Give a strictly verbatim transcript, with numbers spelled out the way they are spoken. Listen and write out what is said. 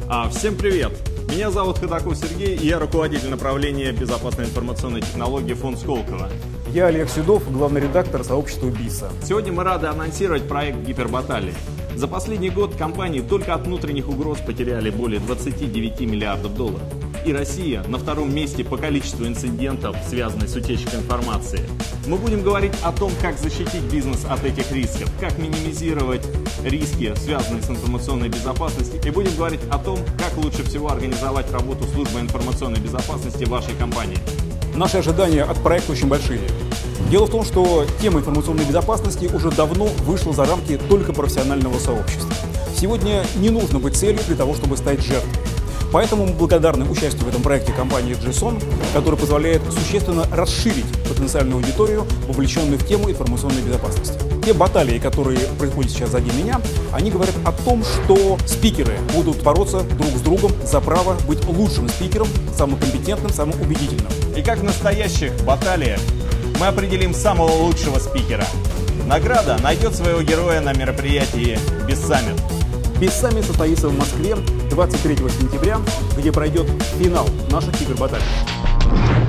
А, всем привет! Меня зовут Ходаков Сергей, и я руководитель направления безопасной информационной технологии фонд Сколково. Я Олег Седов, главный редактор сообщества БИСа. Сегодня мы рады анонсировать проект Гипербаталии. За последний год компании только от внутренних угроз потеряли более двадцати девяти миллиардов долларов. И Россия на втором месте по количеству инцидентов, связанных с утечкой информации. Мы будем говорить о том, как защитить бизнес от этих рисков, как минимизировать риски, связанные с информационной безопасностью, и будем говорить о том, как лучше всего организовать работу службы информационной безопасности в вашей компании. Наши ожидания от проекта очень большие. Дело в том, что тема информационной безопасности уже давно вышла за рамки только профессионального сообщества. Сегодня не нужно быть целью для того, чтобы стать жертвой. Поэтому мы благодарны участию в этом проекте компании джейсон, который позволяет существенно расширить потенциальную аудиторию, вовлеченную в тему информационной безопасности. Те баталии, которые происходят сейчас сзади меня, они говорят о том, что спикеры будут бороться друг с другом за право быть лучшим спикером, самым компетентным, самым убедительным. И как в настоящих баталиях мы определим самого лучшего спикера. Награда найдет своего героя на мероприятии BizSummit. BizSummit состоится в Москве двадцать третьего сентября, где пройдет финал наших гипербаталий.